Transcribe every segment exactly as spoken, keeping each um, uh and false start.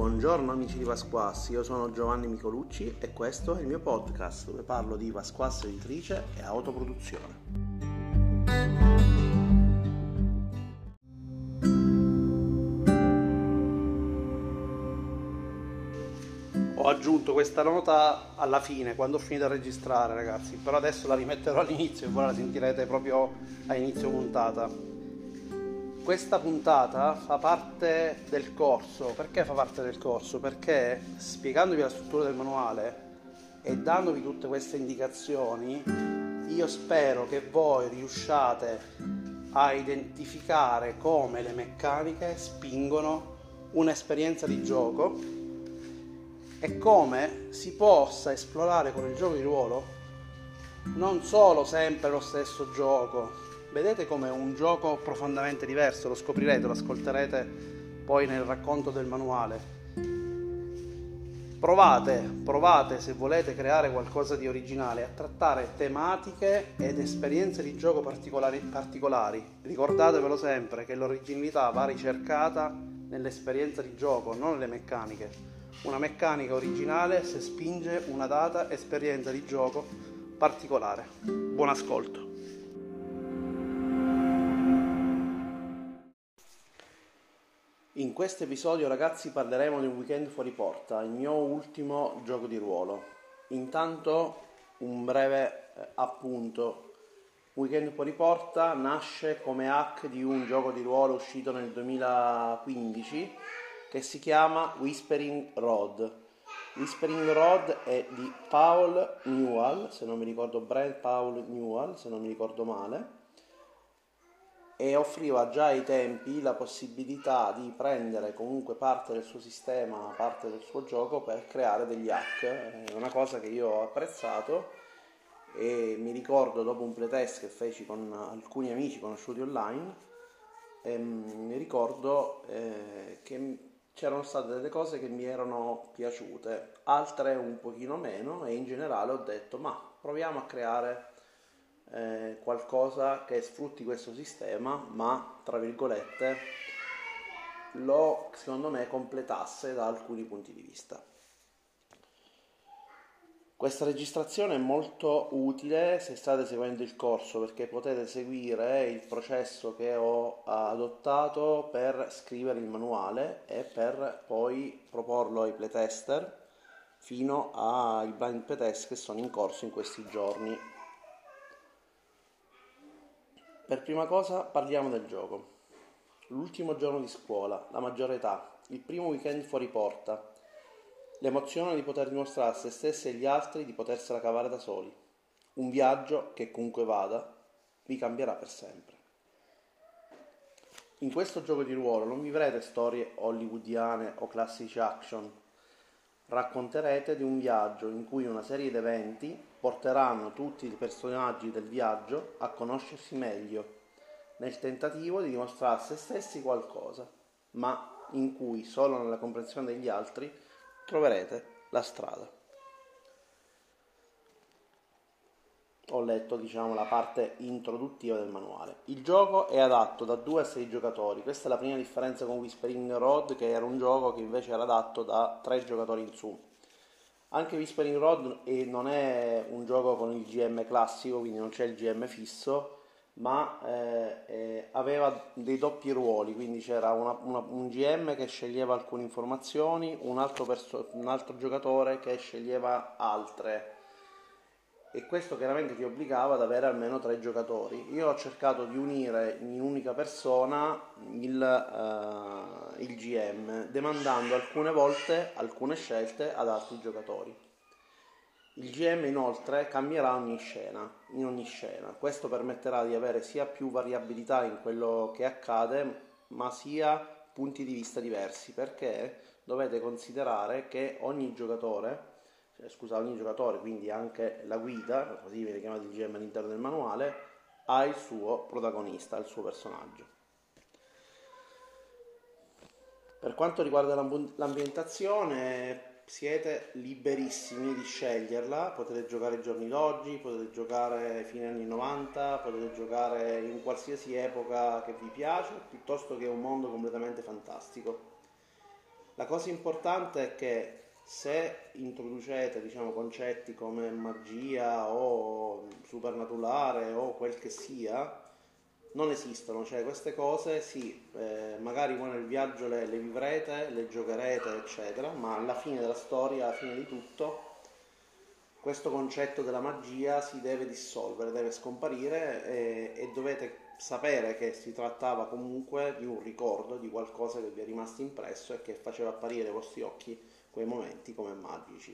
Buongiorno amici di Pasquassi, io sono Giovanni Micolucci e questo è il mio podcast dove parlo di Pasquassi editrice e autoproduzione. Ho aggiunto questa nota alla fine, quando ho finito di registrare, ragazzi, però adesso la rimetterò all'inizio e voi la sentirete proprio a inizio puntata. Questa puntata fa parte del corso. Perché fa parte del corso? Perché spiegandovi la struttura del manuale e dandovi tutte queste indicazioni, io spero che voi riusciate a identificare come le meccaniche spingono un'esperienza di gioco e come si possa esplorare con il gioco di ruolo non solo sempre lo stesso gioco. Vedete come è un gioco profondamente diverso, lo scoprirete, lo ascolterete poi nel racconto del manuale. Provate, provate se volete creare qualcosa di originale a trattare tematiche ed esperienze di gioco particolari, particolari. Ricordatevelo sempre che l'originalità va ricercata nell'esperienza di gioco, non nelle meccaniche. Una meccanica originale se spinge una data esperienza di gioco particolare. Buon ascolto. In questo episodio, ragazzi, parleremo di Un weekend fuori porta, il mio ultimo gioco di ruolo. Intanto un breve eh, appunto. Un weekend fuori porta nasce come hack di un gioco di ruolo uscito nel duemilaquindici che si chiama Whispering Road. Whispering Road è di Paul Newall, se non mi ricordo Brent Paul Newall, se non mi ricordo male, e offriva già ai tempi la possibilità di prendere comunque parte del suo sistema, parte del suo gioco per creare degli hack. È una cosa che io ho apprezzato e mi ricordo dopo un playtest che feci con alcuni amici conosciuti online, ehm, mi ricordo eh, che c'erano state delle cose che mi erano piaciute, altre un pochino meno, e in generale ho detto ma proviamo a creare eh, qualcosa che sfrutti questo sistema ma tra virgolette lo secondo me completasse da alcuni punti di vista. Questa registrazione è molto utile se state seguendo il corso, perché potete seguire il processo che ho adottato per scrivere il manuale e per poi proporlo ai playtester fino ai blind playtest che sono in corso in questi giorni. Per prima cosa parliamo del gioco. L'ultimo giorno di scuola, la maggiore età, il primo weekend fuori porta, l'emozione di poter dimostrare a se stessi e agli altri di potersela cavare da soli. Un viaggio che, comunque vada, vi cambierà per sempre. In questo gioco di ruolo non vivrete storie hollywoodiane o classici action. Racconterete di un viaggio in cui una serie di eventi porteranno tutti i personaggi del viaggio a conoscersi meglio, nel tentativo di dimostrare a se stessi qualcosa, ma in cui solo nella comprensione degli altri troverete la strada. Ho letto, diciamo, la parte introduttiva del manuale. Il gioco è adatto da due a sei giocatori. Questa è la prima differenza con Whispering Road, che era un gioco che invece era adatto da tre giocatori in su. Anche Whispering Road non è un gioco con il G M classico, quindi non c'è il G M fisso, ma eh, eh, aveva dei doppi ruoli, quindi c'era una, una, un G M che sceglieva alcune informazioni, un altro, perso- un altro giocatore che sceglieva altre, e questo chiaramente ti obbligava ad avere almeno tre giocatori. Io ho cercato di unire in un'unica persona il, uh, il G M, demandando alcune volte alcune scelte ad altri giocatori. Il G M inoltre cambierà ogni scena, in ogni scena. Questo permetterà di avere sia più variabilità in quello che accade, ma sia punti di vista diversi, perché dovete considerare che ogni giocatore, cioè, scusa, ogni giocatore, quindi anche la guida, così viene chiamato il G M all'interno del manuale, ha il suo protagonista, il suo personaggio. Per quanto riguarda l'ambientazione, siete liberissimi di sceglierla, potete giocare ai giorni d'oggi, potete giocare fine anni novanta, potete giocare in qualsiasi epoca che vi piace, piuttosto che un mondo completamente fantastico. La cosa importante è che se introducete, diciamo, concetti come magia o supernaturale o quel che sia, non esistono, cioè queste cose sì, eh, magari voi nel viaggio le, le vivrete, le giocherete, eccetera, ma alla fine della storia, alla fine di tutto, questo concetto della magia si deve dissolvere, deve scomparire e, e dovete sapere che si trattava comunque di un ricordo, di qualcosa che vi è rimasto impresso e che faceva apparire ai vostri occhi quei momenti come magici.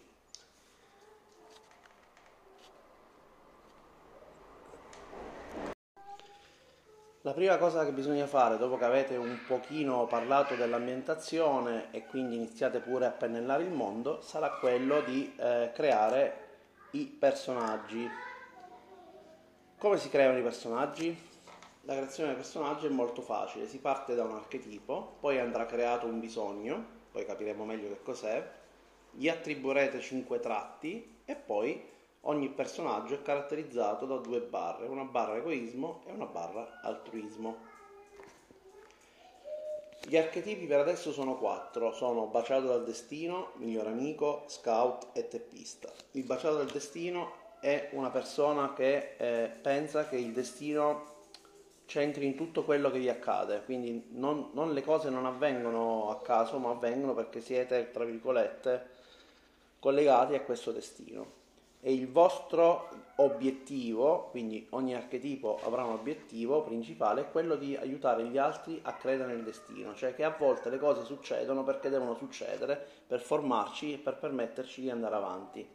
La prima cosa che bisogna fare dopo che avete un pochino parlato dell'ambientazione e quindi iniziate pure a pennellare il mondo sarà quello di eh, creare i personaggi. Come si creano i personaggi? La creazione dei personaggi è molto facile, si parte da un archetipo, poi andrà creato un bisogno, poi capiremo meglio che cos'è, gli attribuirete cinque tratti e poi ogni personaggio è caratterizzato da due barre, una barra egoismo e una barra altruismo. Gli archetipi per adesso sono quattro, sono baciato dal destino, miglior amico, scout e teppista. Il baciato dal destino è una persona che eh, pensa che il destino c'entri in tutto quello che vi accade, quindi non, non le cose non avvengono a caso, ma avvengono perché siete, tra virgolette, collegati a questo destino. E il vostro obiettivo, quindi ogni archetipo avrà un obiettivo principale, è quello di aiutare gli altri a credere nel destino, cioè che a volte le cose succedono perché devono succedere per formarci e per permetterci di andare avanti.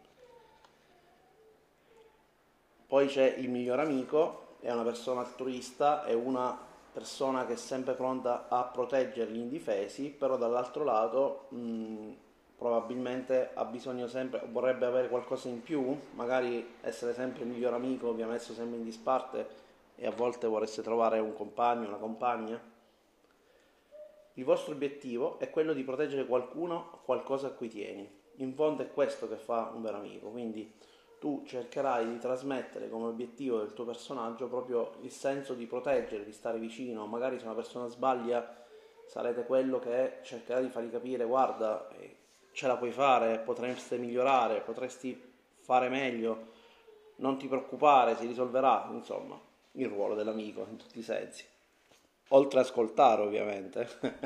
Poi c'è il miglior amico, è una persona altruista, è una persona che è sempre pronta a proteggere gli indifesi, però dall'altro lato mh, probabilmente ha bisogno sempre, vorrebbe avere qualcosa in più, magari essere sempre il miglior amico vi ha messo sempre in disparte e a volte vorreste trovare un compagno, una compagna. Il vostro obiettivo è quello di proteggere qualcuno o qualcosa a cui tieni. In fondo è questo che fa un vero amico, quindi tu cercherai di trasmettere come obiettivo del tuo personaggio proprio il senso di proteggere, di stare vicino. Magari se una persona sbaglia sarete quello che cercherà di fargli capire: guarda, ce la puoi fare, potresti migliorare, potresti fare meglio, non ti preoccupare, si risolverà. Insomma, il ruolo dell'amico in tutti i sensi, oltre a ascoltare ovviamente.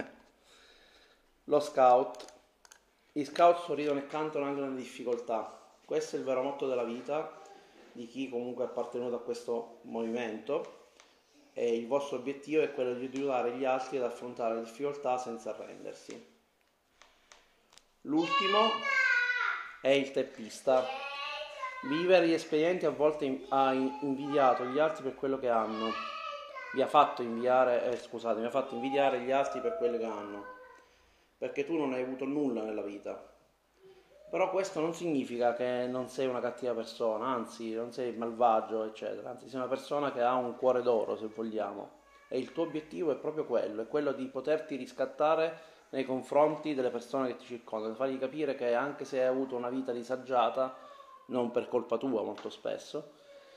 Lo scout. Gli scout sorridono e cantano anche nelle difficoltà. Questo è il vero motto della vita di chi comunque è appartenuto a questo movimento, e il vostro obiettivo è quello di aiutare gli altri ad affrontare le difficoltà senza arrendersi. L'ultimo è il teppista. Vivere gli esperienti a volte ha invidiato gli altri per quello che hanno. Vi ha fatto invidiare, eh, scusate, mi ha fatto invidiare gli altri per quello che hanno, perché tu non hai avuto nulla nella vita. Però questo non significa che non sei una cattiva persona, anzi non sei malvagio, eccetera, anzi sei una persona che ha un cuore d'oro, se vogliamo, e il tuo obiettivo è proprio quello, è quello di poterti riscattare nei confronti delle persone che ti circondano, fargli capire che anche se hai avuto una vita disagiata, non per colpa tua molto spesso,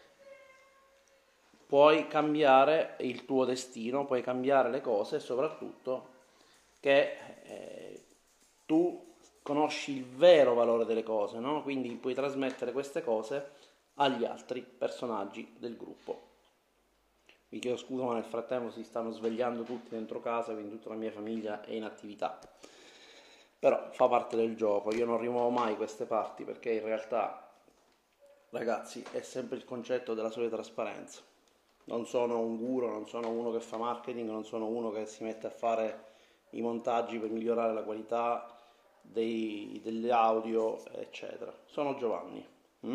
puoi cambiare il tuo destino, puoi cambiare le cose e soprattutto che eh, tu conosci il vero valore delle cose, no? Quindi puoi trasmettere queste cose agli altri personaggi del gruppo. Vi chiedo scusa, ma nel frattempo si stanno svegliando tutti dentro casa, quindi tutta la mia famiglia è in attività. Però fa parte del gioco, io non rimuovo mai queste parti perché in realtà, ragazzi, è sempre il concetto della solita trasparenza. Non sono un guru, non sono uno che fa marketing, non sono uno che si mette a fare i montaggi per migliorare la qualità dei, delle audio, eccetera. Sono Giovanni. Mm?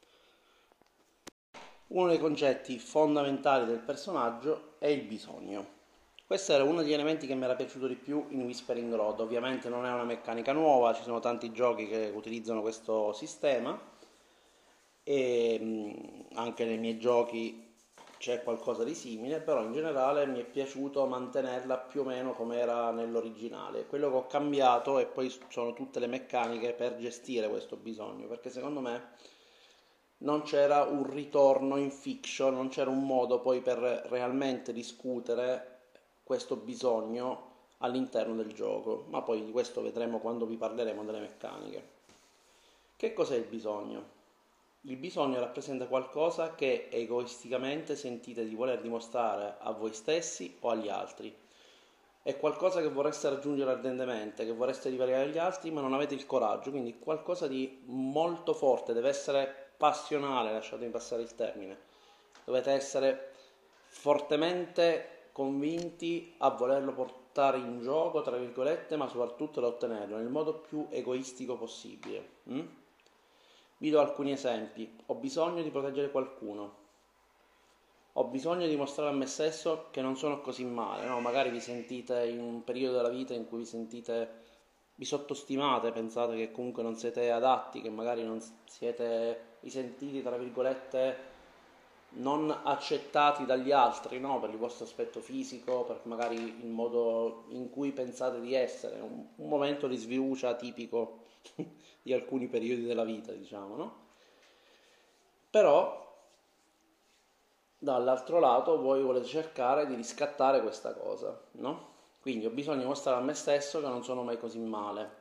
Uno dei concetti fondamentali del personaggio è il bisogno. Questo era uno degli elementi che mi era piaciuto di più in Whispering Road. Ovviamente non è una meccanica nuova, ci sono tanti giochi che utilizzano questo sistema e mh, anche nei miei giochi c'è qualcosa di simile, però in generale mi è piaciuto mantenerla più o meno come era nell'originale. Quello che ho cambiato e poi sono tutte le meccaniche per gestire questo bisogno, perché secondo me non c'era un ritorno in fiction, non c'era un modo poi per realmente discutere questo bisogno all'interno del gioco, ma poi di questo vedremo quando vi parleremo delle meccaniche. Che cos'è il bisogno? Il bisogno rappresenta qualcosa che egoisticamente sentite di voler dimostrare a voi stessi o agli altri. È qualcosa che vorreste raggiungere ardentemente, che vorreste rivelare agli altri, ma non avete il coraggio, quindi qualcosa di molto forte, deve essere passionale, lasciatemi passare il termine. Dovete essere fortemente convinti a volerlo portare in gioco, tra virgolette, ma soprattutto da ottenerlo nel modo più egoistico possibile. Mm? Vi do alcuni esempi. Ho bisogno di proteggere qualcuno. Ho bisogno di dimostrare a me stesso che non sono così male, no? Magari vi sentite in un periodo della vita in cui vi sentite, vi sottostimate, pensate che comunque non siete adatti, che magari non siete, vi sentite, tra virgolette, non accettati dagli altri, no? Per il vostro aspetto fisico, per magari il modo in cui pensate di essere, un, un momento di sfiducia tipico di alcuni periodi della vita, diciamo, no? Però dall'altro lato voi volete cercare di riscattare questa cosa, no? Quindi ho bisogno di mostrare a me stesso che non sono mai così male.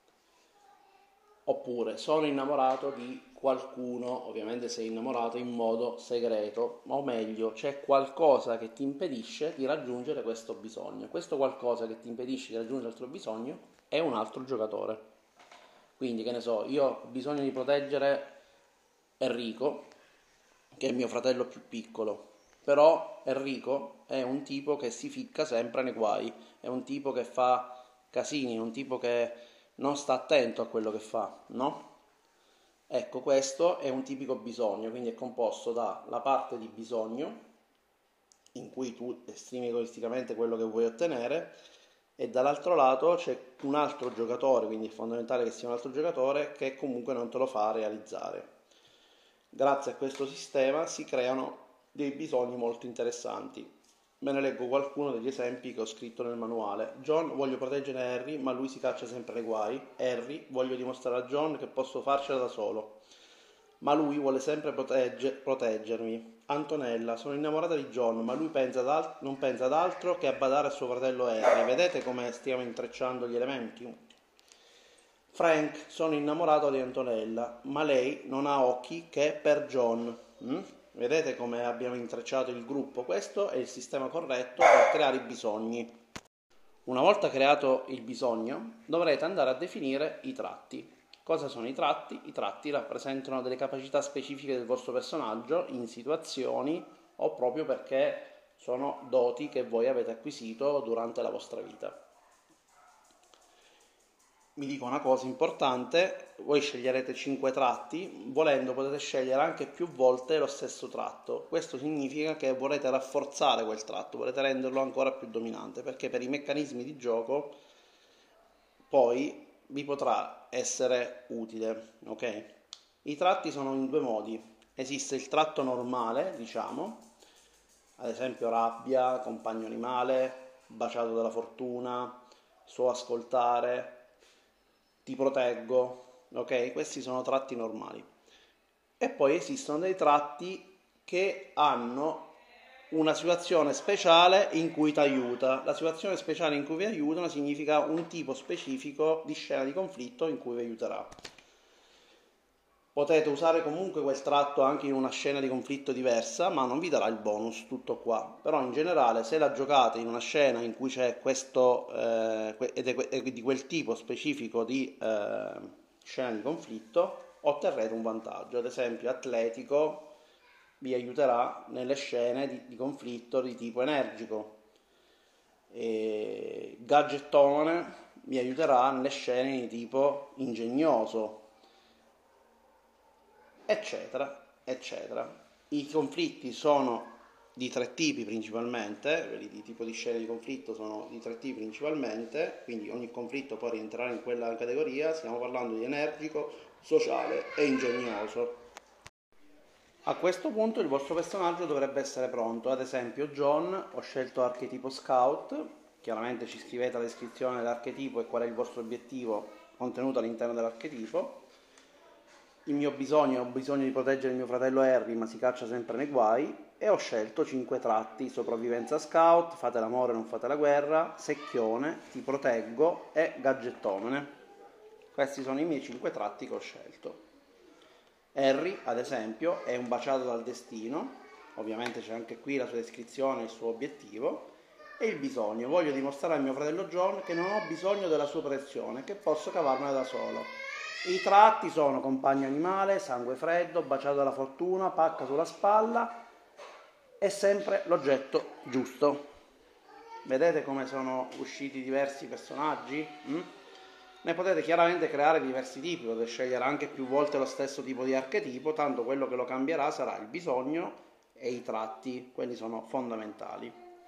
Oppure sono innamorato di qualcuno, ovviamente sei innamorato in modo segreto, o meglio, c'è qualcosa che ti impedisce di raggiungere questo bisogno. Questo qualcosa che ti impedisce di raggiungere il tuo bisogno è un altro giocatore. Quindi, che ne so, io ho bisogno di proteggere Enrico, che è il mio fratello più piccolo, però Enrico è un tipo che si ficca sempre nei guai, è un tipo che fa casini, è un tipo che non sta attento a quello che fa, no? Ecco, questo è un tipico bisogno, quindi è composto dalla parte di bisogno, in cui tu esprimi egoisticamente quello che vuoi ottenere, e dall'altro lato c'è un altro giocatore, quindi è fondamentale che sia un altro giocatore che comunque non te lo fa realizzare. Grazie a questo sistema si creano dei bisogni molto interessanti. Me ne leggo qualcuno degli esempi che ho scritto nel manuale. John, voglio proteggere Harry, ma lui si caccia sempre nei guai. Harry, voglio dimostrare a John che posso farcela da solo, ma lui vuole sempre protegge- proteggermi. Antonella, sono innamorata di John, ma lui pensa ad alt- non pensa ad altro che a badare a suo fratello Harry. Vedete come stiamo intrecciando gli elementi? Frank, sono innamorato di Antonella, ma lei non ha occhi che per John. Mm? Vedete come abbiamo intrecciato il gruppo? Questo è il sistema corretto per creare i bisogni. Una volta creato il bisogno, dovrete andare a definire i tratti. Cosa sono i tratti? I tratti rappresentano delle capacità specifiche del vostro personaggio in situazioni o proprio perché sono doti che voi avete acquisito durante la vostra vita. Vi dico una cosa importante, voi sceglierete cinque tratti, volendo potete scegliere anche più volte lo stesso tratto. Questo significa che volete rafforzare quel tratto, volete renderlo ancora più dominante, perché per i meccanismi di gioco poi vi potrà essere utile, ok? I tratti sono in due modi. Esiste il tratto normale, diciamo, ad esempio rabbia, compagno animale, baciato dalla fortuna, so ascoltare, ti proteggo, ok? Questi sono tratti normali. E poi esistono dei tratti che hanno una situazione speciale in cui ti aiuta. La situazione speciale in cui vi aiutano significa un tipo specifico di scena di conflitto in cui vi aiuterà. Potete usare comunque quel tratto anche in una scena di conflitto diversa, ma non vi darà il bonus, tutto qua. Però in generale, se la giocate in una scena in cui c'è questo, eh, ed è di quel tipo specifico di eh, scena di conflitto, otterrete un vantaggio. Ad esempio, atletico vi aiuterà nelle scene di, di conflitto di tipo energico. E gadgettone vi aiuterà nelle scene di tipo ingegnoso, eccetera, eccetera. I conflitti sono di tre tipi principalmente, i tipi di scene di conflitto sono di tre tipi principalmente, quindi ogni conflitto può rientrare in quella categoria. Stiamo parlando di energico, sociale e ingegnoso. A questo punto il vostro personaggio dovrebbe essere pronto. Ad esempio John, ho scelto archetipo scout, chiaramente ci scrivete la descrizione dell'archetipo e qual è il vostro obiettivo contenuto all'interno dell'archetipo. Il mio bisogno, ho bisogno di proteggere il mio fratello Harry, ma si caccia sempre nei guai, e ho scelto cinque tratti: sopravvivenza scout, fate l'amore non fate la guerra, secchione, ti proteggo e gadgettomene. Questi sono i miei cinque tratti che ho scelto. Harry, ad esempio, è un baciato dal destino, ovviamente c'è anche qui la sua descrizione, il suo obiettivo, e il bisogno: voglio dimostrare a mio fratello John che non ho bisogno della sua protezione, che posso cavarmela da solo. I tratti sono compagno animale, sangue freddo, baciato dalla fortuna, pacca sulla spalla, è sempre l'oggetto giusto. Vedete come sono usciti diversi personaggi? Mm? Ne potete chiaramente creare diversi tipi, potete scegliere anche più volte lo stesso tipo di archetipo, tanto quello che lo cambierà sarà il bisogno e i tratti, quelli sono fondamentali.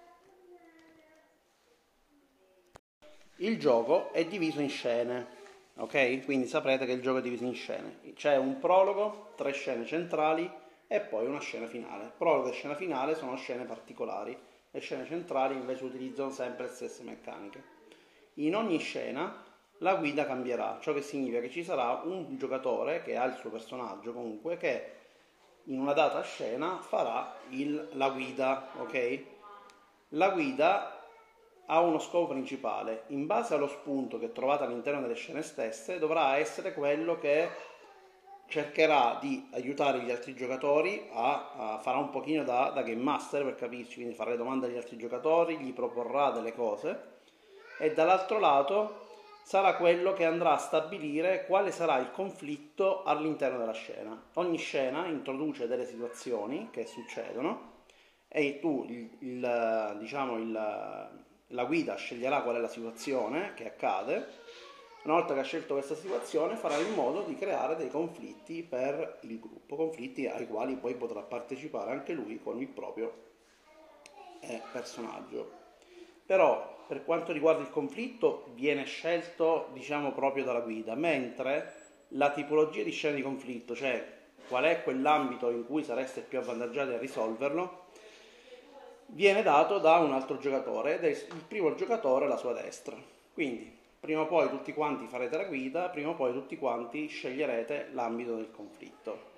Il gioco è diviso in scene, ok? Quindi saprete che il gioco è diviso in scene. C'è un prologo, tre scene centrali e poi una scena finale. Prologo e scena finale sono scene particolari, le scene centrali invece utilizzano sempre le stesse meccaniche. In ogni scena la guida cambierà, ciò che significa che ci sarà un giocatore che ha il suo personaggio comunque che in una data scena farà il, la guida, ok? La guida ha uno scopo principale: in base allo spunto che trovate all'interno delle scene stesse dovrà essere quello che cercherà di aiutare gli altri giocatori a, a farà un pochino da, da game master, per capirci, quindi farà le domande agli altri giocatori, gli proporrà delle cose, e dall'altro lato sarà quello che andrà a stabilire quale sarà il conflitto all'interno della scena. Ogni scena introduce delle situazioni che succedono e tu, il, il, diciamo, il, la guida sceglierà qual è la situazione che accade. Una volta che ha scelto questa situazione farà in modo di creare dei conflitti per il gruppo, conflitti ai quali poi potrà partecipare anche lui con il proprio eh, personaggio. Però per quanto riguarda il conflitto viene scelto, diciamo, proprio dalla guida, mentre la tipologia di scena di conflitto, cioè qual è quell'ambito in cui sareste più avvantaggiati a risolverlo, viene dato da un altro giocatore ed è il primo giocatore alla sua destra. Quindi prima o poi tutti quanti farete la guida, prima o poi tutti quanti sceglierete l'ambito del conflitto.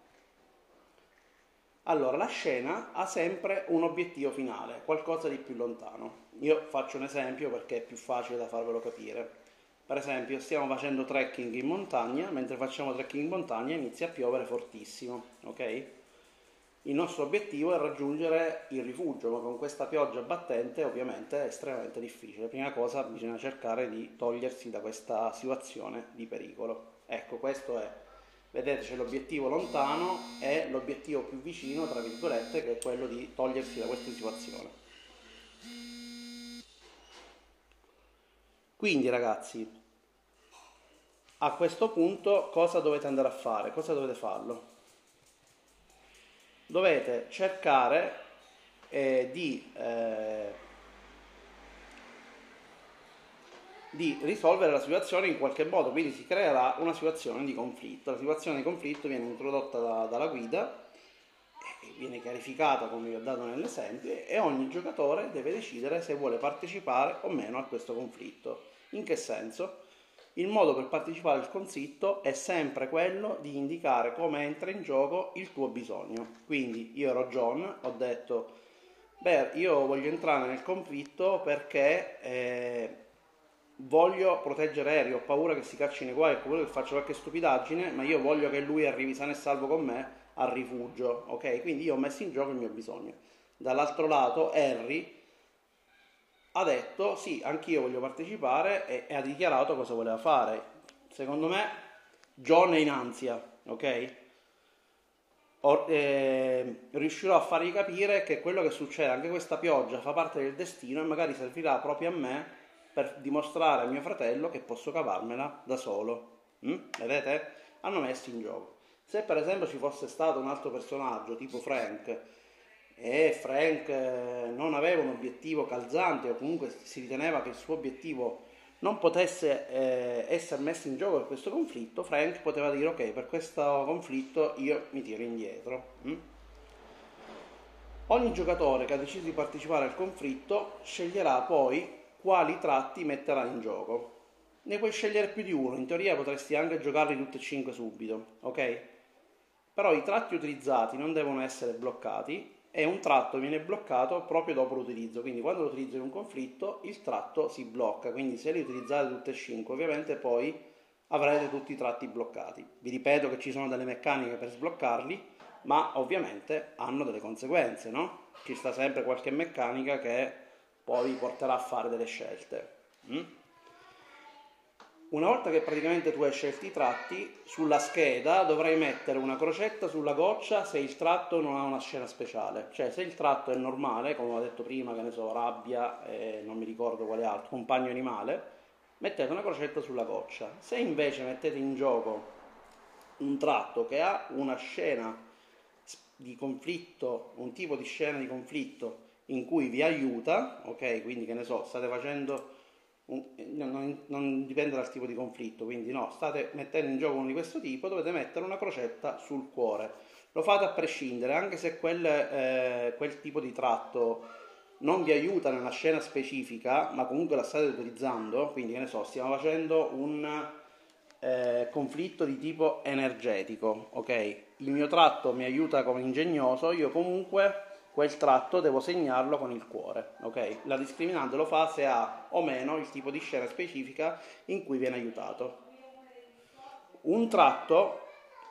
Allora, la scena ha sempre un obiettivo finale, qualcosa di più lontano. Io faccio un esempio perché è più facile da farvelo capire. Per esempio, stiamo facendo trekking in montagna, mentre facciamo trekking in montagna inizia a piovere fortissimo, ok? Il nostro obiettivo è raggiungere il rifugio, ma con questa pioggia battente ovviamente è estremamente difficile. Prima cosa bisogna cercare di togliersi da questa situazione di pericolo. Ecco, questo è. Vedete, c'è l'obiettivo lontano e l'obiettivo più vicino, tra virgolette, che è quello di togliersi da questa situazione. Quindi ragazzi, a questo punto cosa dovete andare a fare? Cosa dovete farlo? Dovete cercare eh, di, eh, di risolvere la situazione in qualche modo, quindi si creerà una situazione di conflitto. La situazione di conflitto viene introdotta da, dalla guida, viene chiarificata come vi ho dato nell'esempio, e ogni giocatore deve decidere se vuole partecipare o meno a questo conflitto. In che senso? Il modo per partecipare al conflitto è sempre quello di indicare come entra in gioco il tuo bisogno. Quindi io ero John, ho detto, beh, io voglio entrare nel conflitto perché eh, voglio proteggere Harry, ho paura che si cacci nei guai, ho paura che faccia qualche stupidaggine, ma io voglio che lui arrivi sano e salvo con me al rifugio, ok? Quindi io ho messo in gioco il mio bisogno. Dall'altro lato Harry ha detto sì, anch'io voglio partecipare, e, e ha dichiarato cosa voleva fare. Secondo me John è in ansia, ok? Or, eh, riuscirò a fargli capire che quello che succede, anche questa pioggia, fa parte del destino e magari servirà proprio a me per dimostrare a mio fratello che posso cavarmela da solo. Mm? Vedete? Hanno messo in gioco. Se per esempio ci fosse stato un altro personaggio tipo Frank, e Frank non aveva un obiettivo calzante, o comunque si riteneva che il suo obiettivo non potesse eh, essere messo in gioco per questo conflitto, Frank poteva dire ok, per questo conflitto io mi tiro indietro. Mm? Ogni giocatore che ha deciso di partecipare al conflitto sceglierà poi quali tratti metterà in gioco. Ne puoi scegliere più di uno, in teoria potresti anche giocarli tutti e cinque subito, ok? Però i tratti utilizzati non devono essere bloccati e un tratto viene bloccato proprio dopo l'utilizzo, quindi quando lo utilizzo in un conflitto il tratto si blocca, quindi se li utilizzate tutte e cinque ovviamente poi avrete tutti i tratti bloccati. Vi ripeto che ci sono delle meccaniche per sbloccarli, ma ovviamente hanno delle conseguenze, no? Ci sta sempre qualche meccanica che poi vi porterà a fare delle scelte. Mm? Una volta che praticamente tu hai scelto i tratti, sulla scheda dovrai mettere una crocetta sulla goccia se il tratto non ha una scena speciale. Cioè se il tratto è normale, come ho detto prima, che ne so, rabbia e non mi ricordo quale altro, compagno animale, mettete una crocetta sulla goccia. Se invece mettete in gioco un tratto che ha una scena di conflitto, un tipo di scena di conflitto in cui vi aiuta, ok? Quindi che ne so, state facendo... Non, non dipende dal tipo di conflitto, quindi no, state mettendo in gioco uno di questo tipo, dovete mettere una crocetta sul cuore. Lo fate a prescindere, anche se quel, eh, quel tipo di tratto non vi aiuta nella scena specifica, ma comunque la state utilizzando, quindi che ne so, stiamo facendo un eh, conflitto di tipo energetico, ok? Il mio tratto mi aiuta come ingegnoso, io comunque quel tratto devo segnarlo con il cuore, ok? La discriminante lo fa se ha o meno il tipo di scena specifica in cui viene aiutato. Un tratto,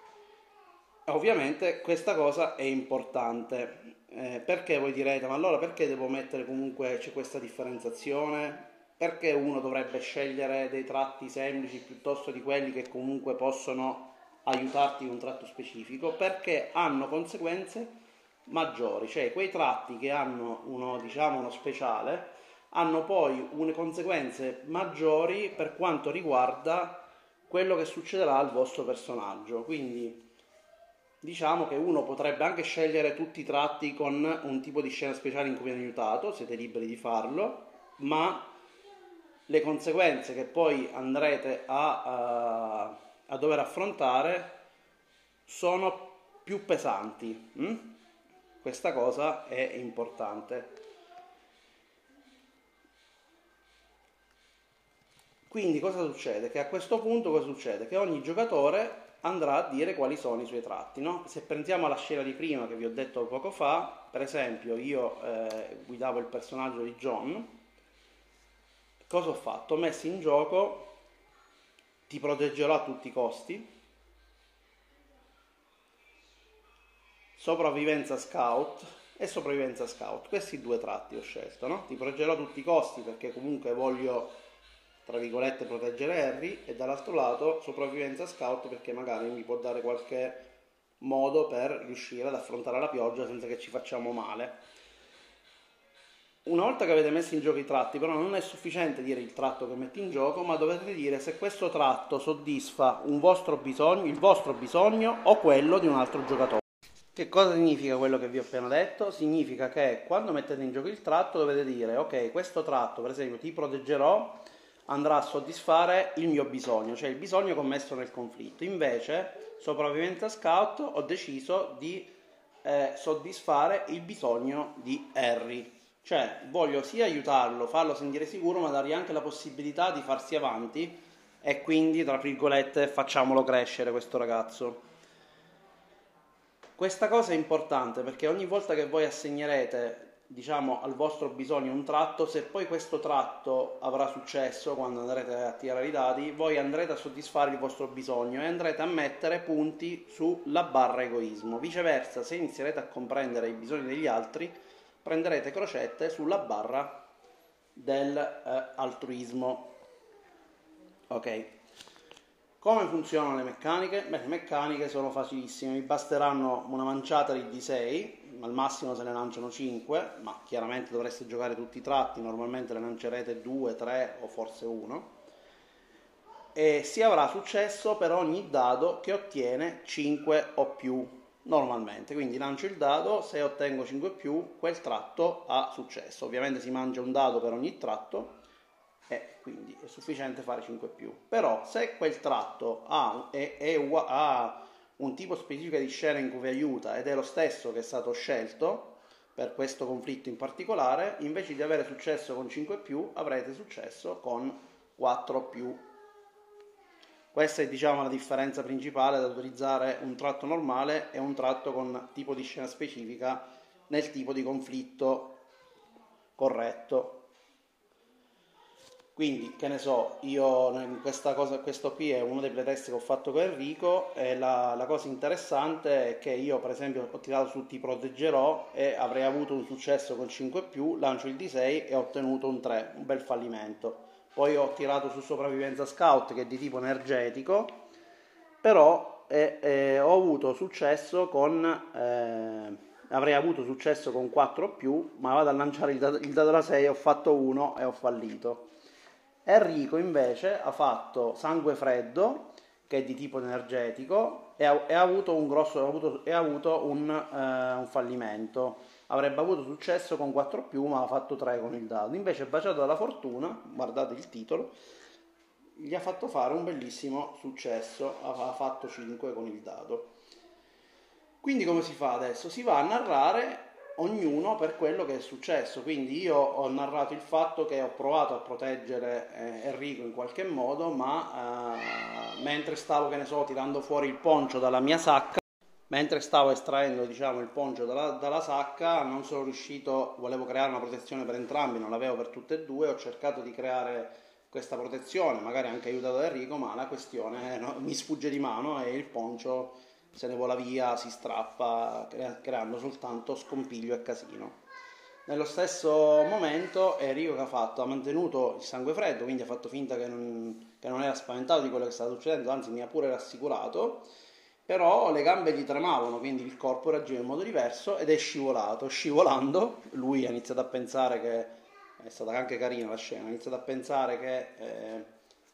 ovviamente questa cosa è importante, eh, perché voi direte, ma allora perché devo mettere comunque, c'è questa differenziazione? Perché uno dovrebbe scegliere dei tratti semplici piuttosto di quelli che comunque possono aiutarti in un tratto specifico? Perché hanno conseguenze maggiori, cioè quei tratti che hanno uno, diciamo, uno speciale hanno poi une conseguenze maggiori per quanto riguarda quello che succederà al vostro personaggio. Quindi diciamo che uno potrebbe anche scegliere tutti i tratti con un tipo di scena speciale in cui viene aiutato, siete liberi di farlo, ma le conseguenze che poi andrete a, a, a dover affrontare sono più pesanti. Hm? Questa cosa è importante. Quindi cosa succede? Che a questo punto cosa succede? Che ogni giocatore andrà a dire quali sono i suoi tratti, no? Se pensiamo alla scena di prima che vi ho detto poco fa, per esempio io eh, guidavo il personaggio di John, cosa ho fatto? Ho messo in gioco ti proteggerò a tutti i costi, sopravvivenza scout e sopravvivenza scout. Questi due tratti ho scelto, no? Ti proteggerò a tutti i costi perché comunque voglio, tra virgolette, proteggere Harry, e dall'altro lato sopravvivenza scout perché magari mi può dare qualche modo per riuscire ad affrontare la pioggia senza che ci facciamo male. Una volta che avete messo in gioco i tratti, però non è sufficiente dire il tratto che metti in gioco, ma dovete dire se questo tratto soddisfa un vostro bisogno, il vostro bisogno o quello di un altro giocatore. Che cosa significa quello che vi ho appena detto? Significa che quando mettete in gioco il tratto dovete dire ok, questo tratto, per esempio ti proteggerò, andrà a soddisfare il mio bisogno, cioè il bisogno commesso nel conflitto. Invece sopravvivenza scout ho deciso di eh, soddisfare il bisogno di Harry, cioè voglio sia aiutarlo, farlo sentire sicuro, ma dargli anche la possibilità di farsi avanti e quindi, tra virgolette, facciamolo crescere questo ragazzo. Questa cosa è importante perché ogni volta che voi assegnerete, diciamo, al vostro bisogno un tratto, se poi questo tratto avrà successo quando andrete a tirare i dadi, voi andrete a soddisfare il vostro bisogno e andrete a mettere punti sulla barra egoismo. Viceversa, se inizierete a comprendere i bisogni degli altri, prenderete crocette sulla barra del eh, altruismo. Ok. Come funzionano le meccaniche? Beh, le meccaniche sono facilissime, vi basteranno una manciata di D sei, al massimo se ne lanciano cinque, ma chiaramente dovreste giocare tutti i tratti, normalmente ne lancerete due, tre o forse uno, e si avrà successo per ogni dado che ottiene cinque o più, normalmente. Quindi lancio il dado, se ottengo cinque o più, quel tratto ha successo. Ovviamente si mangia un dado per ogni tratto, e quindi è sufficiente fare cinque più. Però se quel tratto ha, è, è, ha un tipo specifico di scena in cui vi aiuta ed è lo stesso che è stato scelto per questo conflitto in particolare, invece di avere successo con cinque più avrete successo con quattro più. Questa è, diciamo, la differenza principale da utilizzare un tratto normale e un tratto con tipo di scena specifica nel tipo di conflitto corretto. Quindi, che ne so, io in questa cosa, questo qui è uno dei playtest che ho fatto con Enrico e la, la cosa interessante è che io per esempio ho tirato su Ti proteggerò e avrei avuto un successo col cinque più, lancio il D sei e ho ottenuto un tre, un bel fallimento. Poi ho tirato su Sopravvivenza Scout che è di tipo energetico, però eh, eh, ho avuto successo con... Eh, avrei avuto successo con quattro più, ma vado a lanciare il dado, il dado da sei, ho fatto uno e ho fallito. Enrico invece ha fatto Sangue Freddo, che è di tipo energetico, e ha, e ha avuto un grosso, ha avuto, e ha avuto un, eh, un fallimento. Avrebbe avuto successo con quattro più, ma ha fatto tre con il dado. Invece, baciato dalla fortuna, guardate il titolo, gli ha fatto fare un bellissimo successo, ha fatto cinque con il dado. Quindi come si fa adesso? Si va a narrare ognuno per quello che è successo. Quindi io ho narrato il fatto che ho provato a proteggere eh, Enrico in qualche modo, ma eh, mentre stavo, che ne so, tirando fuori il poncio dalla mia sacca, mentre stavo estraendo, diciamo, il poncio dalla, dalla sacca, non sono riuscito, volevo creare una protezione per entrambi, non l'avevo per tutte e due, ho cercato di creare questa protezione, magari anche aiutato da Enrico, ma la questione no, mi sfugge di mano e il poncio se ne vola via, si strappa, creando soltanto scompiglio e casino. Nello stesso momento Enrico che ha fatto? Ha mantenuto il sangue freddo, quindi ha fatto finta che non, che non era spaventato di quello che stava succedendo, anzi mi ha pure rassicurato, però le gambe gli tremavano, quindi il corpo reagiva in modo diverso ed è scivolato. Scivolando, lui ha iniziato a pensare che, è stata anche carina la scena, ha iniziato a pensare che... Eh,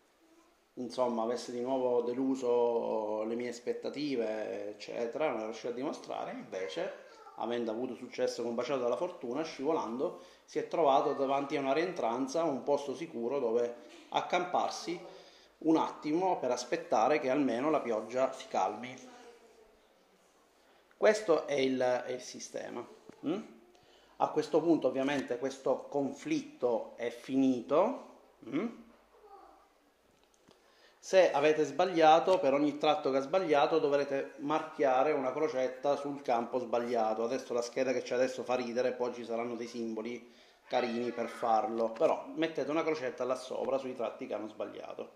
insomma avesse di nuovo deluso le mie aspettative eccetera, non è riuscito a dimostrare, invece avendo avuto successo con Baciato dalla fortuna, scivolando si è trovato davanti a una rientranza, un posto sicuro dove accamparsi un attimo per aspettare che almeno la pioggia si calmi. Questo è il, è il sistema. mm? A questo punto ovviamente questo conflitto è finito. mm? Se avete sbagliato, per ogni tratto che ha sbagliato dovrete marchiare una crocetta sul campo sbagliato. Adesso la scheda che c'è adesso fa ridere, poi ci saranno dei simboli carini per farlo, però mettete una crocetta là sopra sui tratti che hanno sbagliato.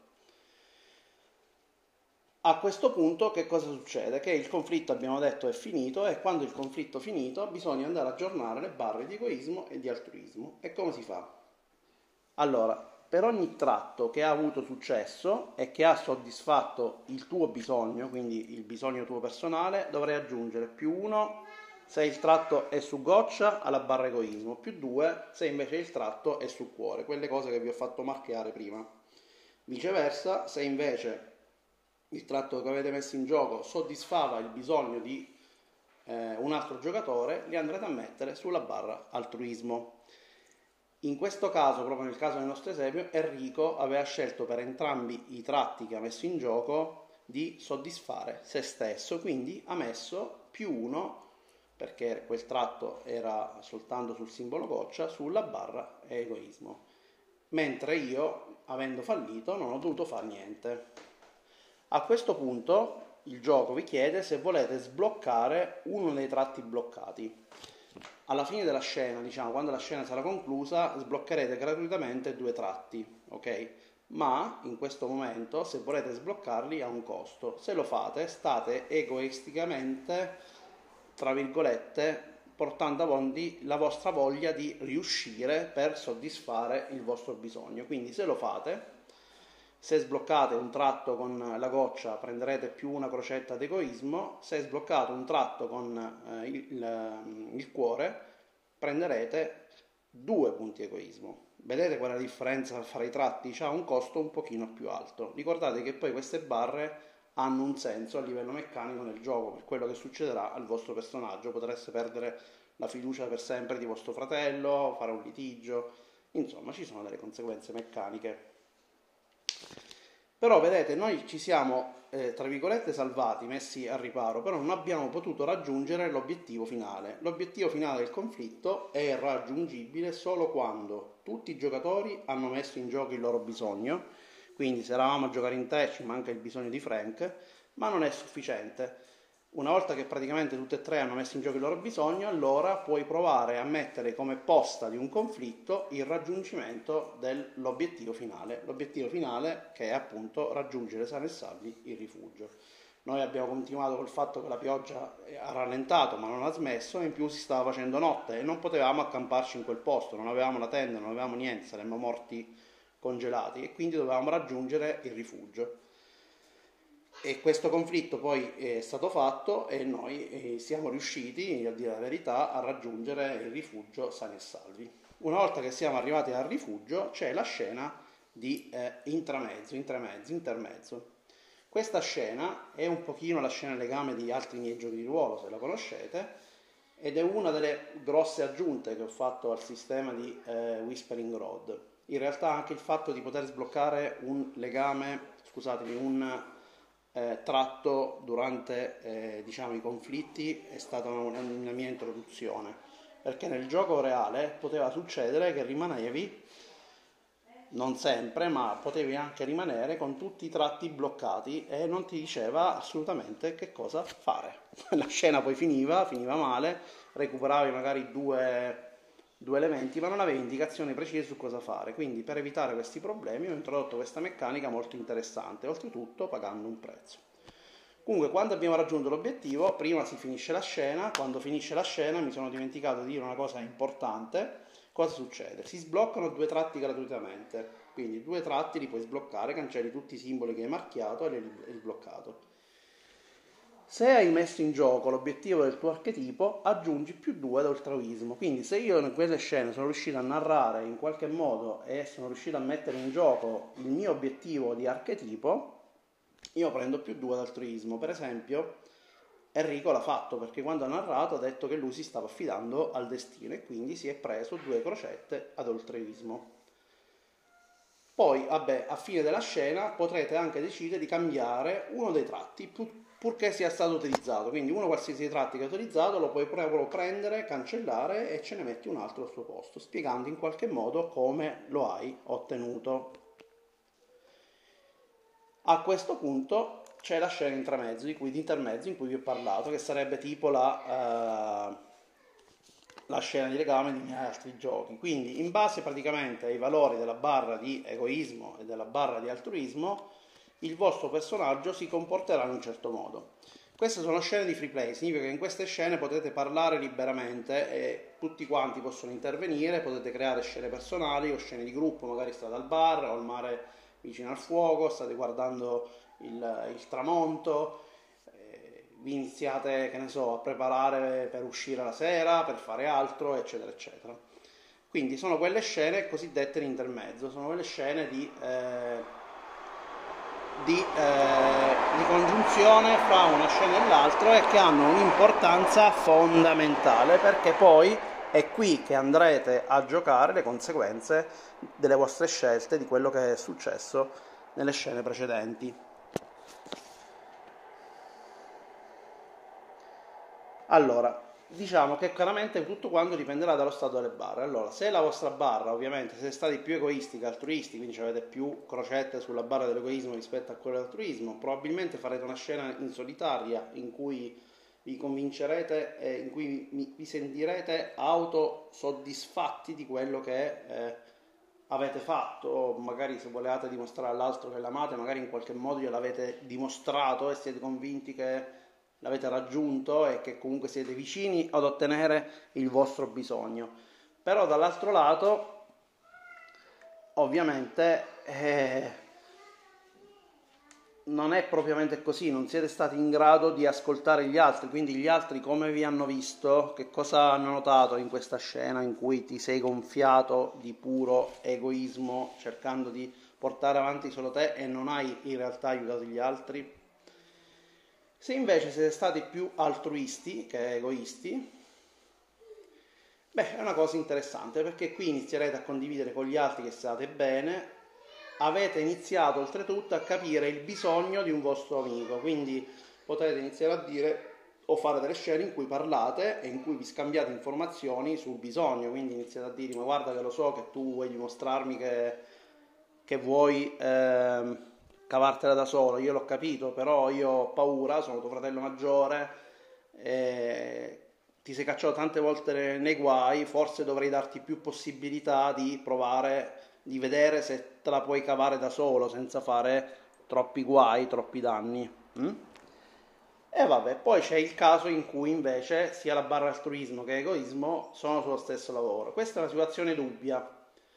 A questo punto che cosa succede? Che il conflitto, abbiamo detto, è finito e quando il conflitto è finito bisogna andare a aggiornare le barre di egoismo e di altruismo. E come si fa? Allora, per ogni tratto che ha avuto successo e che ha soddisfatto il tuo bisogno, quindi il bisogno tuo personale, dovrai aggiungere più uno se il tratto è su goccia alla barra egoismo, più due se invece il tratto è su cuore, quelle cose che vi ho fatto marchiare prima. Viceversa, se invece il tratto che avete messo in gioco soddisfava il bisogno di eh, un altro giocatore, li andrete a mettere sulla barra altruismo. In questo caso, proprio nel caso del nostro esempio, Enrico aveva scelto per entrambi i tratti che ha messo in gioco di soddisfare se stesso, quindi ha messo più uno, perché quel tratto era soltanto sul simbolo goccia, sulla barra egoismo. Mentre io, avendo fallito, non ho dovuto fare niente. A questo punto il gioco vi chiede se volete sbloccare uno dei tratti bloccati. Alla fine della scena, diciamo, quando la scena sarà conclusa, sbloccherete gratuitamente due tratti, ok? Ma in questo momento, se volete sbloccarli, ha un costo. Se lo fate, state egoisticamente, tra virgolette, portando avanti la vostra voglia di riuscire per soddisfare il vostro bisogno. Quindi se lo fate, se sbloccate un tratto con la goccia prenderete più una crocetta d'egoismo, se sbloccate un tratto con eh, il, il, il cuore prenderete due punti egoismo. Vedete qual è la differenza fra i tratti? C'ha un costo un pochino più alto. Ricordate che poi queste barre hanno un senso a livello meccanico nel gioco, per quello che succederà al vostro personaggio. Potreste perdere la fiducia per sempre di vostro fratello, fare un litigio, insomma ci sono delle conseguenze meccaniche. Però vedete, noi ci siamo, eh, tra virgolette, salvati, messi al riparo, però non abbiamo potuto raggiungere l'obiettivo finale. L'obiettivo finale del conflitto è raggiungibile solo quando tutti i giocatori hanno messo in gioco il loro bisogno, quindi se eravamo a giocare in te ci manca il bisogno di Frank, ma non è sufficiente. Una volta che praticamente tutte e tre hanno messo in gioco il loro bisogno, allora puoi provare a mettere come posta di un conflitto il raggiungimento dell'obiettivo finale. L'obiettivo finale che è appunto raggiungere sani e salvi il rifugio. Noi abbiamo continuato col fatto che la pioggia ha rallentato ma non ha smesso, e in più si stava facendo notte e non potevamo accamparci in quel posto, non avevamo la tenda, non avevamo niente, saremmo morti congelati, e quindi dovevamo raggiungere il rifugio. E questo conflitto poi è stato fatto e noi siamo riusciti, a dire la verità, a raggiungere il rifugio sani e salvi. Una volta che siamo arrivati al rifugio c'è la scena di eh, intramezzo, intermezzo, intermezzo. Questa scena è un pochino la scena legame di altri miei giochi di ruolo, se la conoscete, ed è una delle grosse aggiunte che ho fatto al sistema di eh, Whispering Road. In realtà anche il fatto di poter sbloccare un legame, scusatemi, un eh, tratto durante eh, diciamo, i conflitti è stata una, una mia introduzione, perché nel gioco reale poteva succedere che rimanevi, non sempre, ma potevi anche rimanere con tutti i tratti bloccati e non ti diceva assolutamente che cosa fare. La scena poi finiva, finiva male, recuperavi magari due, due elementi, ma non avevi indicazioni precise su cosa fare. Quindi per evitare questi problemi ho introdotto questa meccanica molto interessante, oltretutto pagando un prezzo. Comunque, quando abbiamo raggiunto l'obiettivo, prima si finisce la scena. Quando finisce la scena mi sono dimenticato di dire una cosa importante. Cosa succede? Si sbloccano due tratti gratuitamente, quindi due tratti li puoi sbloccare, cancelli tutti i simboli che hai marchiato e li hai sbloccato. Se hai messo in gioco l'obiettivo del tuo archetipo, aggiungi più due ad altruismo. Quindi se io in quelle scene sono riuscito a narrare in qualche modo e sono riuscito a mettere in gioco il mio obiettivo di archetipo, io prendo più due ad altruismo. Per esempio Enrico l'ha fatto perché quando ha narrato ha detto che lui si stava affidando al destino e quindi si è preso due crocette ad altruismo. Poi, vabbè, a fine della scena potrete anche decidere di cambiare uno dei tratti pur, purché sia stato utilizzato. Quindi uno qualsiasi tratti che hai utilizzato lo puoi proprio prendere, cancellare e ce ne metti un altro al suo posto, spiegando in qualche modo come lo hai ottenuto. A questo punto c'è la scena intramezzo, di cui, di intermezzo in cui vi ho parlato, che sarebbe tipo la, uh, la scena di legame di miei altri giochi. Quindi in base praticamente ai valori della barra di egoismo e della barra di altruismo, il vostro personaggio si comporterà in un certo modo. Queste sono scene di free play, significa che in queste scene potete parlare liberamente e tutti quanti possono intervenire, potete creare scene personali o scene di gruppo, magari state al bar o al mare vicino al fuoco, state guardando il, il tramonto, eh, vi iniziate, che ne so, a preparare per uscire la sera, per fare altro, eccetera, eccetera. Quindi sono quelle scene cosiddette in intermezzo, sono quelle scene di, eh, di, eh, di congiunzione fra una scena e l'altra e che hanno un'importanza fondamentale, perché poi è qui che andrete a giocare le conseguenze delle vostre scelte, di quello che è successo nelle scene precedenti. Allora, diciamo che chiaramente tutto quanto dipenderà dallo stato delle barre. Allora, se la vostra barra, ovviamente, se siete stati più egoisti che altruisti, quindi avete più crocette sulla barra dell'egoismo rispetto a quella dell'altruismo, probabilmente farete una scena in solitaria in cui vi convincerete, eh, in cui vi, vi sentirete autosoddisfatti di quello che eh, avete fatto, o magari se volevate dimostrare all'altro che l'amate, magari in qualche modo gliel'avete dimostrato e siete convinti che l'avete raggiunto e che comunque siete vicini ad ottenere il vostro bisogno. Però dall'altro lato, ovviamente, eh, non è propriamente così, non siete stati in grado di ascoltare gli altri, quindi gli altri come vi hanno visto, che cosa hanno notato in questa scena in cui ti sei gonfiato di puro egoismo cercando di portare avanti solo te e non hai in realtà aiutato gli altri? Se invece siete stati più altruisti che egoisti, beh, è una cosa interessante, perché qui inizierete a condividere con gli altri che state bene, avete iniziato oltretutto a capire il bisogno di un vostro amico, quindi potete iniziare a dire o fare delle scene in cui parlate e in cui vi scambiate informazioni sul bisogno, quindi iniziate a dire: ma guarda che lo so che tu vuoi dimostrarmi che, che vuoi... Eh, cavartela da solo, io l'ho capito, però io ho paura, sono tuo fratello maggiore, eh, ti sei cacciato tante volte nei guai, forse dovrei darti più possibilità di provare, di vedere se te la puoi cavare da solo senza fare troppi guai, troppi danni. Mm? E vabbè, poi c'è il caso in cui invece sia la barra altruismo che egoismo sono sullo stesso lavoro. Questa è una situazione dubbia.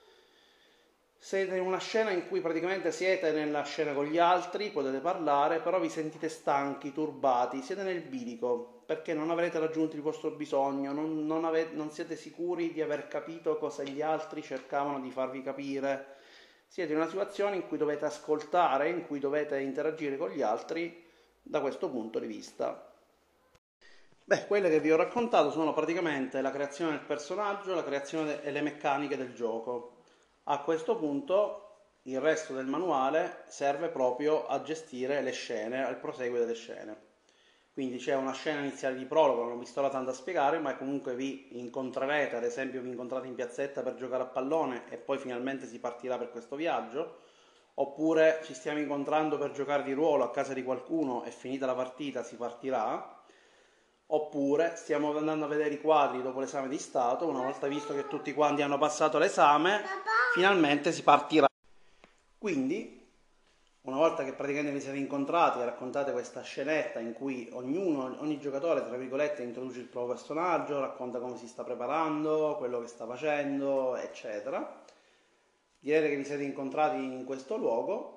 Siete in una scena in cui praticamente siete nella scena con gli altri, potete parlare, però vi sentite stanchi, turbati, siete nel bilico, perché non avrete raggiunto il vostro bisogno, non, non, avete, non siete sicuri di aver capito cosa gli altri cercavano di farvi capire. Siete in una situazione in cui dovete ascoltare, in cui dovete interagire con gli altri da questo punto di vista. Beh, quelle che vi ho raccontato sono praticamente la creazione del personaggio, la creazione e le meccaniche del gioco. A questo punto il resto del manuale serve proprio a gestire le scene, al proseguo delle scene. Quindi c'è una scena iniziale di prologo, non vi sto tanto a spiegare, ma comunque vi incontrerete, ad esempio vi incontrate in piazzetta per giocare a pallone e poi finalmente si partirà per questo viaggio, oppure ci stiamo incontrando per giocare di ruolo a casa di qualcuno e finita la partita si partirà, oppure stiamo andando a vedere i quadri dopo l'esame di Stato, una volta visto che tutti quanti hanno passato l'esame, finalmente si partirà. Quindi, una volta che praticamente vi siete incontrati e raccontate questa scenetta in cui ognuno, ogni giocatore, tra virgolette, introduce il proprio personaggio, racconta come si sta preparando, quello che sta facendo, eccetera, direte che vi siete incontrati in questo luogo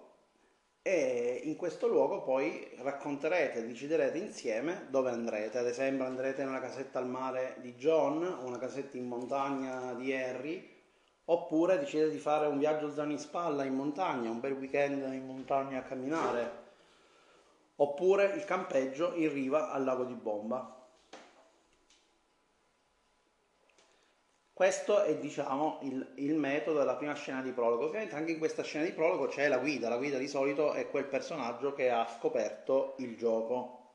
e in questo luogo poi racconterete, deciderete insieme dove andrete. Ad esempio andrete in una casetta al mare di John, una casetta in montagna di Harry, oppure decidete di fare un viaggio zaino in spalla in montagna, un bel weekend in montagna a camminare, oppure il campeggio in riva al lago di Bomba. Questo è, diciamo, il, il metodo della prima scena di prologo. Ovviamente anche in questa scena di prologo c'è la guida. La guida di solito è quel personaggio che ha scoperto il gioco.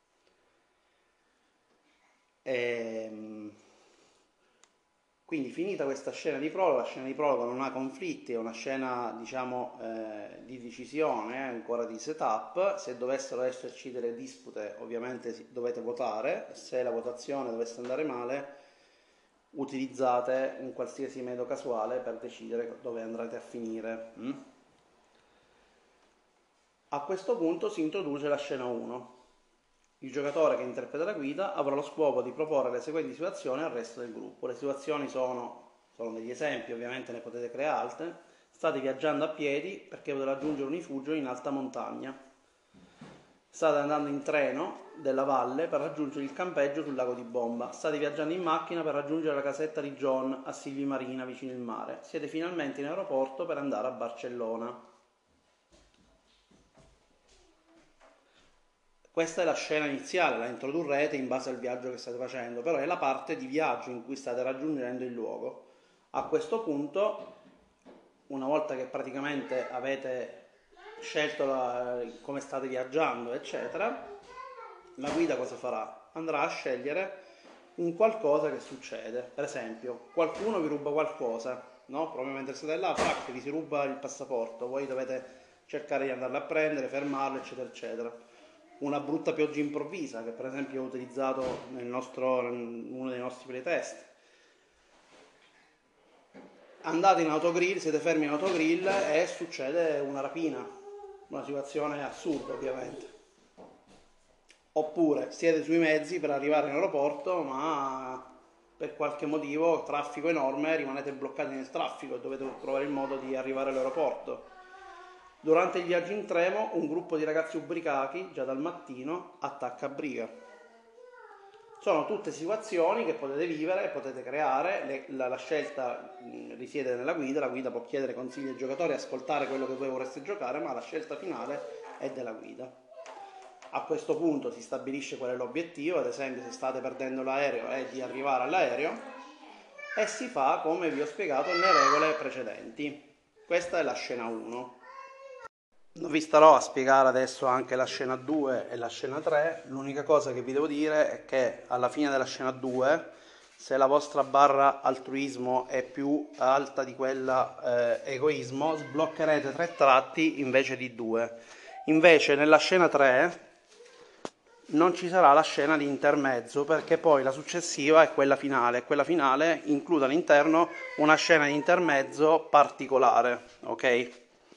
E, quindi finita questa scena di prologo, la scena di prologo non ha conflitti, è una scena, diciamo, eh, di decisione, eh, ancora di setup. Se dovessero esserci delle dispute, ovviamente dovete votare. Se la votazione dovesse andare male, utilizzate un qualsiasi metodo casuale per decidere dove andrete a finire. Mm? A questo punto si introduce la scena uno. Il giocatore che interpreta la guida avrà lo scopo di proporre le seguenti situazioni al resto del gruppo. Le situazioni sono, sono degli esempi, ovviamente ne potete creare altre. State viaggiando a piedi perché potete raggiungere un rifugio in alta montagna. State andando in treno della valle per raggiungere il campeggio sul lago di Bomba. State viaggiando in macchina per raggiungere la casetta di John a Silvi Marina vicino al mare. Siete finalmente in aeroporto per andare a Barcellona. Questa è la scena iniziale, la introdurrete in base al viaggio che state facendo, però è la parte di viaggio in cui state raggiungendo il luogo. A questo punto, una volta che praticamente avete scelto la, come state viaggiando, eccetera, la guida cosa farà? Andrà a scegliere un qualcosa che succede. Per esempio, qualcuno vi ruba qualcosa, no? Proprio mentre siete là, frac, vi si ruba il passaporto, voi dovete cercare di andarlo a prendere, fermarlo, eccetera, eccetera. Una brutta pioggia improvvisa, che per esempio ho utilizzato nel nostro, in uno dei nostri playtest. Andate in autogrill, siete fermi in autogrill e succede una rapina, una situazione assurda ovviamente. Oppure siete sui mezzi per arrivare in aeroporto, ma per qualche motivo, traffico enorme, rimanete bloccati nel traffico e dovete trovare il modo di arrivare all'aeroporto. Durante il viaggio in treno, un gruppo di ragazzi ubriachi, già dal mattino, attacca a briga. Sono tutte situazioni che potete vivere, potete creare, le, la, la scelta mh, risiede nella guida, la guida può chiedere consigli ai giocatori, ascoltare quello che voi vorreste giocare, ma la scelta finale è della guida. A questo punto si stabilisce qual è l'obiettivo, ad esempio se state perdendo l'aereo è di arrivare all'aereo, e si fa come vi ho spiegato nelle regole precedenti. Questa è la scena uno. Non vi starò a spiegare adesso anche la scena due e la scena tre, l'unica cosa che vi devo dire è che alla fine della scena due se la vostra barra altruismo è più alta di quella eh, egoismo, sbloccherete tre tratti invece di due. Invece nella scena tre non ci sarà la scena di intermezzo, perché poi la successiva è quella finale. Quella finale include all'interno una scena di intermezzo particolare, ok?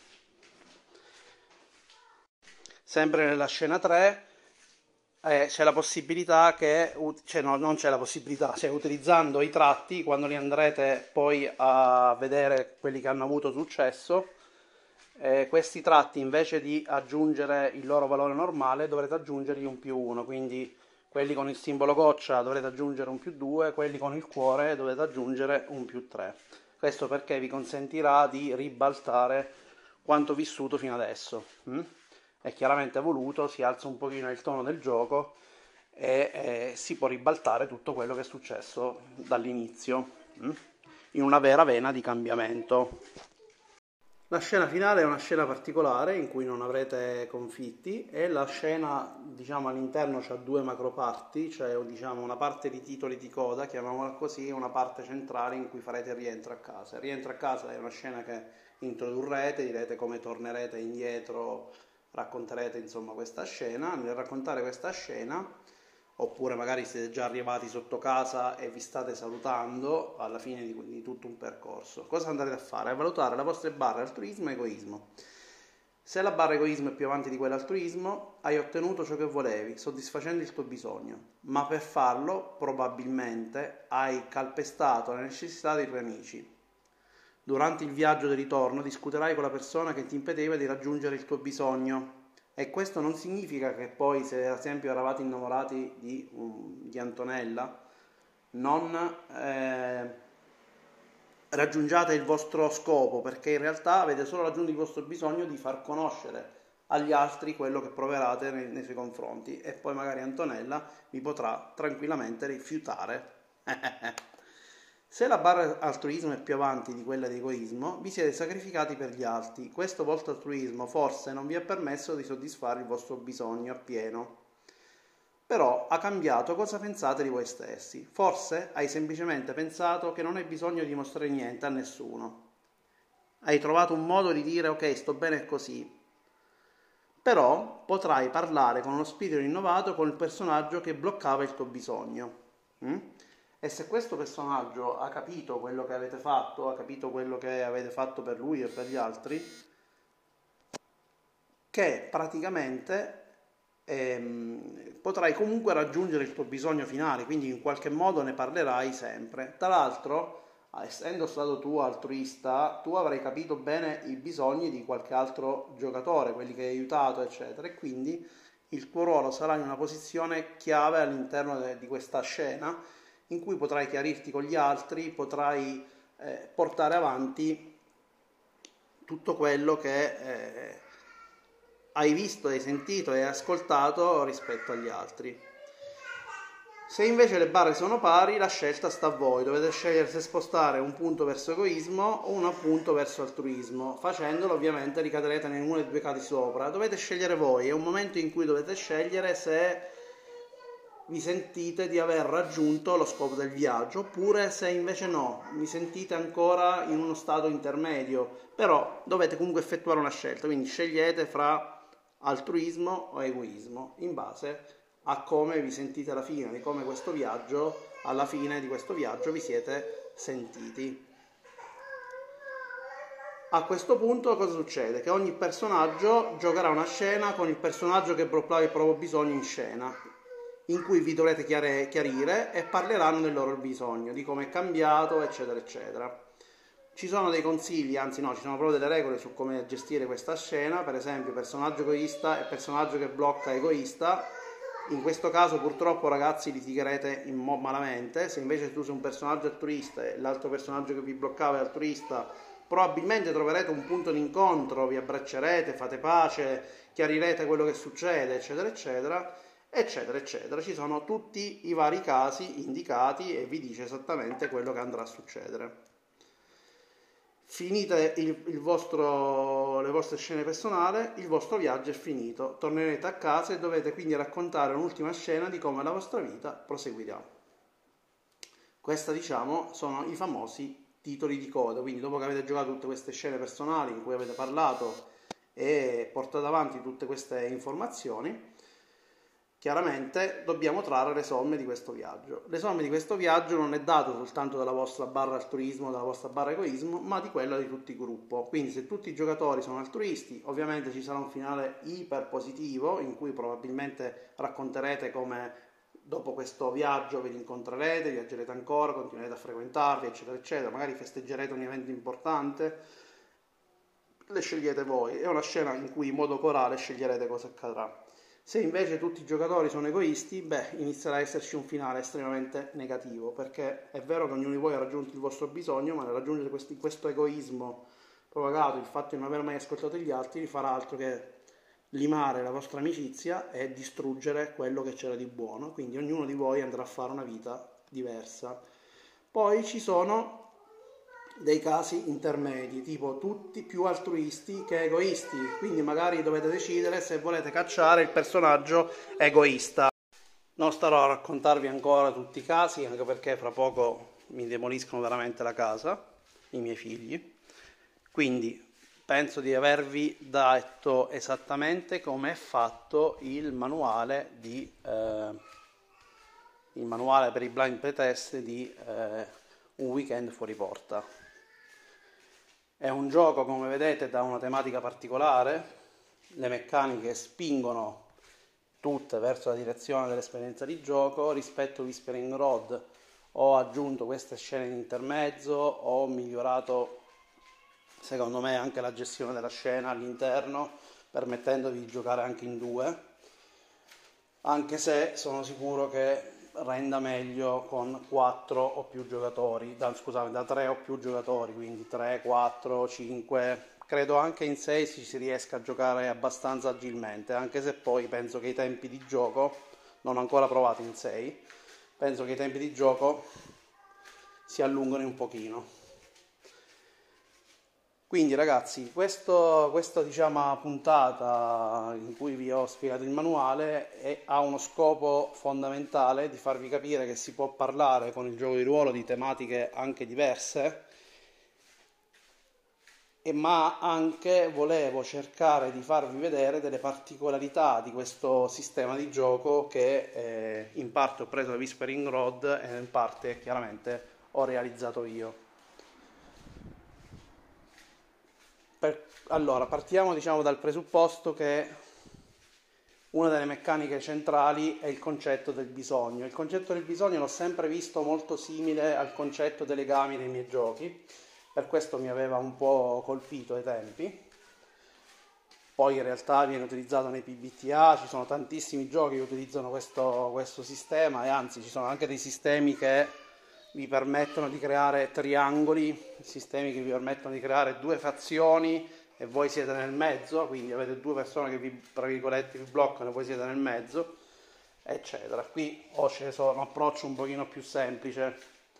Sempre nella scena tre eh, c'è la possibilità che, cioè no, non c'è la possibilità, cioè utilizzando i tratti, quando li andrete poi a vedere quelli che hanno avuto successo, eh, questi tratti invece di aggiungere il loro valore normale dovrete aggiungergli un più uno, quindi quelli con il simbolo goccia dovrete aggiungere un più due, quelli con il cuore dovete aggiungere un più tre. Questo perché vi consentirà di ribaltare quanto vissuto fino adesso. hm? È chiaramente voluto, si alza un pochino il tono del gioco e eh, si può ribaltare tutto quello che è successo dall'inizio, hm? in una vera vena di cambiamento. La scena finale è una scena particolare in cui non avrete confitti, e la scena, diciamo, all'interno c'ha due macro parti, cioè diciamo una parte di titoli di coda, chiamiamola così, e una parte centrale in cui farete il rientro a casa. Il rientro a casa è una scena che introdurrete, direte come tornerete indietro, racconterete insomma questa scena. Nel raccontare questa scena, oppure magari siete già arrivati sotto casa e vi state salutando alla fine di, di tutto un percorso, cosa andrete a fare? A valutare le vostre barre altruismo e egoismo. Se la barra egoismo è più avanti di quella altruismo, hai ottenuto ciò che volevi, soddisfacendo il tuo bisogno, ma per farlo probabilmente hai calpestato le necessità dei tuoi amici. Durante il viaggio di ritorno discuterai con la persona che ti impediva di raggiungere il tuo bisogno. E questo non significa che poi, se ad esempio eravate innamorati di, um, di Antonella, non eh, raggiungiate il vostro scopo, perché in realtà avete solo raggiunto il vostro bisogno di far conoscere agli altri quello che proverate nei, nei suoi confronti, e poi magari Antonella vi potrà tranquillamente rifiutare. Se la barra altruismo è più avanti di quella di egoismo, vi siete sacrificati per gli altri. Questo vostro altruismo forse non vi ha permesso di soddisfare il vostro bisogno appieno. Però ha cambiato cosa pensate di voi stessi. Forse hai semplicemente pensato che non hai bisogno di dimostrare niente a nessuno. Hai trovato un modo di dire ok, sto bene così. Però potrai parlare con uno spirito rinnovato con il personaggio che bloccava il tuo bisogno. Mm? E se questo personaggio ha capito quello che avete fatto, ha capito quello che avete fatto per lui e per gli altri, che praticamente ehm, potrai comunque raggiungere il tuo bisogno finale, quindi in qualche modo ne parlerai sempre. Tra l'altro, essendo stato tu altruista, tu avrai capito bene i bisogni di qualche altro giocatore, quelli che hai aiutato, eccetera, e quindi il tuo ruolo sarà in una posizione chiave all'interno de- di questa scena, in cui potrai chiarirti con gli altri, potrai eh, portare avanti tutto quello che eh, hai visto, hai sentito e hai ascoltato rispetto agli altri. Se invece le barre sono pari, la scelta sta a voi, dovete scegliere se spostare un punto verso egoismo o un punto verso altruismo. Facendolo ovviamente ricadrete in uno dei due casi sopra, dovete scegliere voi, è un momento in cui dovete scegliere se vi sentite di aver raggiunto lo scopo del viaggio, oppure se invece no, vi sentite ancora in uno stato intermedio, però dovete comunque effettuare una scelta, quindi scegliete fra altruismo o egoismo, in base a come vi sentite alla fine, di come questo viaggio, alla fine di questo viaggio vi siete sentiti. A questo punto cosa succede? Che ogni personaggio giocherà una scena con il personaggio che bloccava il proprio bisogno in scena, in cui vi dovrete chiarire e parleranno del loro bisogno, di come è cambiato, eccetera, eccetera. Ci sono dei consigli, anzi no, ci sono proprio delle regole su come gestire questa scena, per esempio personaggio egoista e personaggio che blocca egoista. In questo caso purtroppo ragazzi litigherete in mo- malamente. Se invece tu sei un personaggio altruista e l'altro personaggio che vi bloccava è altruista, probabilmente troverete un punto d'incontro, vi abbraccerete, fate pace, chiarirete quello che succede, eccetera, eccetera. eccetera eccetera. Ci sono tutti i vari casi indicati e vi dice esattamente quello che andrà a succedere. Finite il, il vostro, le vostre scene personali, il vostro viaggio è finito, tornerete a casa e dovete quindi raccontare un'ultima scena di come la vostra vita proseguirà. Questa, diciamo, sono i famosi titoli di coda, quindi dopo che avete giocato tutte queste scene personali in cui avete parlato e portato avanti tutte queste informazioni, chiaramente dobbiamo trarre le somme di questo viaggio. Le somme di questo viaggio non è dato soltanto dalla vostra barra altruismo, dalla vostra barra egoismo, ma di quella di tutto il gruppo. Quindi se tutti i giocatori sono altruisti, ovviamente ci sarà un finale iper positivo in cui probabilmente racconterete come dopo questo viaggio vi incontrerete, viaggerete ancora, continuerete a frequentarvi, eccetera, eccetera. Magari festeggerete un evento importante, le scegliete voi. È una scena in cui in modo corale sceglierete cosa accadrà. Se invece tutti i giocatori sono egoisti, beh, inizierà a esserci un finale estremamente negativo, perché è vero che ognuno di voi ha raggiunto il vostro bisogno, ma nel raggiungere questo, questo egoismo propagato, il fatto di non aver mai ascoltato gli altri, vi farà altro che limare la vostra amicizia e distruggere quello che c'era di buono, quindi ognuno di voi andrà a fare una vita diversa. Poi ci sono dei casi intermedi, tipo tutti più altruisti che egoisti, quindi magari dovete decidere se volete cacciare il personaggio egoista. Non starò a raccontarvi ancora tutti i casi, anche perché fra poco mi demoliscono veramente la casa, i miei figli, quindi penso di avervi detto esattamente come è fatto il manuale di eh, il manuale per i blind playtest di eh, Un weekend fuori porta. È un gioco, come vedete, da una tematica particolare, le meccaniche spingono tutte verso la direzione dell'esperienza di gioco. Rispetto a Whispering Rod ho aggiunto queste scene in intermezzo, ho migliorato secondo me anche la gestione della scena all'interno, permettendovi di giocare anche in due, anche se sono sicuro che renda meglio con quattro o più giocatori, da, scusate, da tre o più giocatori, quindi tre, quattro, cinque, credo anche in sei si, si riesca a giocare abbastanza agilmente, anche se poi penso che i tempi di gioco, non ho ancora provato in sei, penso che i tempi di gioco si allungano un pochino. Quindi ragazzi, questo, questa diciamo, puntata in cui vi ho spiegato il manuale è, ha uno scopo fondamentale di farvi capire che si può parlare con il gioco di ruolo di tematiche anche diverse, e, ma anche volevo cercare di farvi vedere delle particolarità di questo sistema di gioco che eh, in parte ho preso da Whispering Rod e in parte chiaramente ho realizzato io. Per, allora, partiamo diciamo dal presupposto che una delle meccaniche centrali è il concetto del bisogno. Il concetto del bisogno l'ho sempre visto molto simile al concetto dei legami nei miei giochi, per questo mi aveva un po' colpito ai tempi. Poi in realtà viene utilizzato nei P B T A, ci sono tantissimi giochi che utilizzano questo, questo sistema, e anzi ci sono anche dei sistemi che vi permettono di creare triangoli, sistemi che vi permettono di creare due fazioni e voi siete nel mezzo, quindi avete due persone che vi, tra virgolette, vi bloccano e voi siete nel mezzo, eccetera. Qui ho sceso un approccio un pochino più semplice.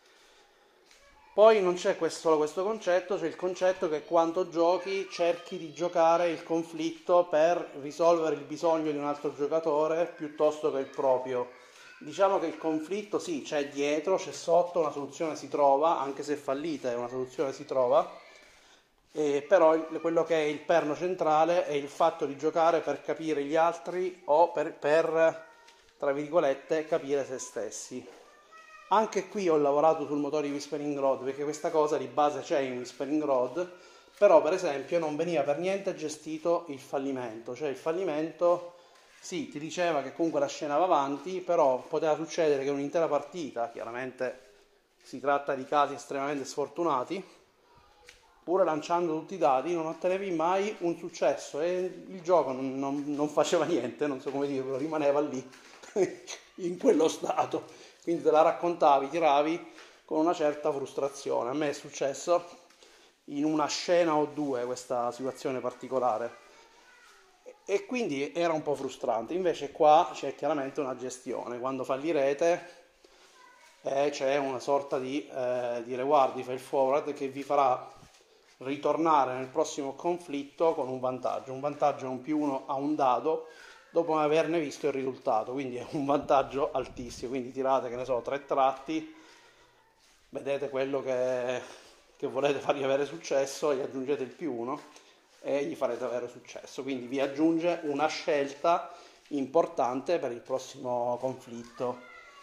Poi non c'è questo, solo questo concetto, c'è il concetto che quando giochi cerchi di giocare il conflitto per risolvere il bisogno di un altro giocatore piuttosto che il proprio. Diciamo che il conflitto sì, c'è dietro, c'è sotto, una soluzione si trova, anche se fallita una soluzione si trova, e però quello che è il perno centrale è il fatto di giocare per capire gli altri o per, per tra virgolette, capire se stessi. Anche qui ho lavorato sul motore di Whispering Rod, perché questa cosa di base c'è in Whispering Rod, però per esempio non veniva per niente gestito il fallimento, cioè il fallimento sì, ti diceva che comunque la scena va avanti, però poteva succedere che un'intera partita, chiaramente si tratta di casi estremamente sfortunati, pur lanciando tutti i dati non ottenevi mai un successo e il gioco non, non, non faceva niente, non so come dirlo, rimaneva lì in quello stato, quindi te la raccontavi, tiravi con una certa frustrazione. A me è successo in una scena o due questa situazione particolare e quindi era un po' frustrante. Invece qua c'è chiaramente una gestione, quando fallirete eh, c'è una sorta di, eh, di reward, di fail forward che vi farà ritornare nel prossimo conflitto con un vantaggio. Un vantaggio è un più uno a un dado dopo averne visto il risultato, quindi è un vantaggio altissimo. Quindi tirate, che ne so, tre tratti vedete quello che, che volete fargli avere successo, gli aggiungete il più uno e gli farete avere successo. Quindi vi aggiunge una scelta importante per il prossimo conflitto.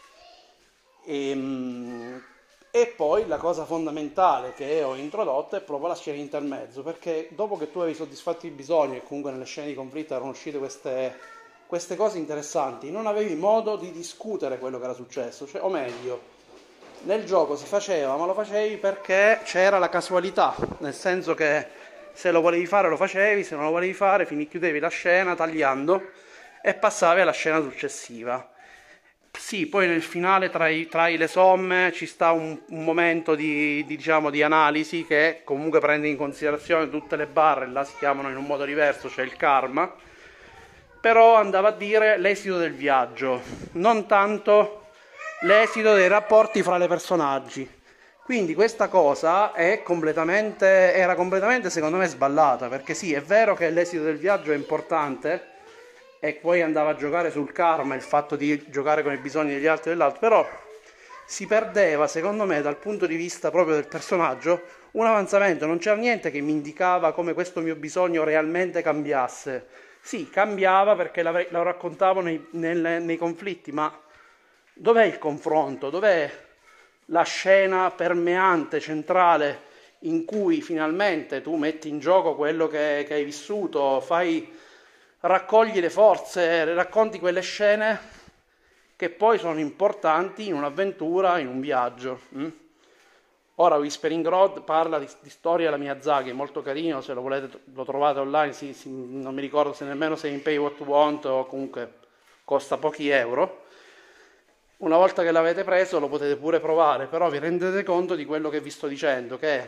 E, e poi la cosa fondamentale che ho introdotto è proprio la scena intermezzo, perché dopo che tu avevi soddisfatto i bisogni e comunque nelle scene di conflitto erano uscite queste, queste cose interessanti, non avevi modo di discutere quello che era successo, cioè, o meglio, nel gioco si faceva, ma lo facevi perché c'era la casualità, nel senso che se lo volevi fare lo facevi, se non lo volevi fare fini, chiudevi la scena tagliando e passavi alla scena successiva. Sì, poi nel finale trai, trai le somme, ci sta un, un momento di, di, diciamo, di analisi che comunque prende in considerazione tutte le barre, là si chiamano in un modo diverso, cioè il karma, però andava a dire l'esito del viaggio, non tanto l'esito dei rapporti fra le personaggi. Quindi questa cosa è completamente, era completamente secondo me sballata, perché sì, è vero che l'esito del viaggio è importante e poi andava a giocare sul karma, il fatto di giocare con i bisogni degli altri e dell'altro, però si perdeva secondo me dal punto di vista proprio del personaggio un avanzamento, non c'era niente che mi indicava come questo mio bisogno realmente cambiasse. Sì, cambiava perché lo raccontavo nei, nel, nei conflitti, ma dov'è il confronto? Dov'è la scena permeante, centrale, in cui finalmente tu metti in gioco quello che, che hai vissuto, fai, raccogli le forze, racconti quelle scene che poi sono importanti in un'avventura, in un viaggio. Mm? Ora Whispering Road parla di, di storia alla Miyazaki, è molto carino, se lo volete lo trovate online, sì, sì, non mi ricordo se nemmeno se in Pay What You Want o comunque costa pochi euro. Una volta che l'avete preso lo potete pure provare, però vi rendete conto di quello che vi sto dicendo, che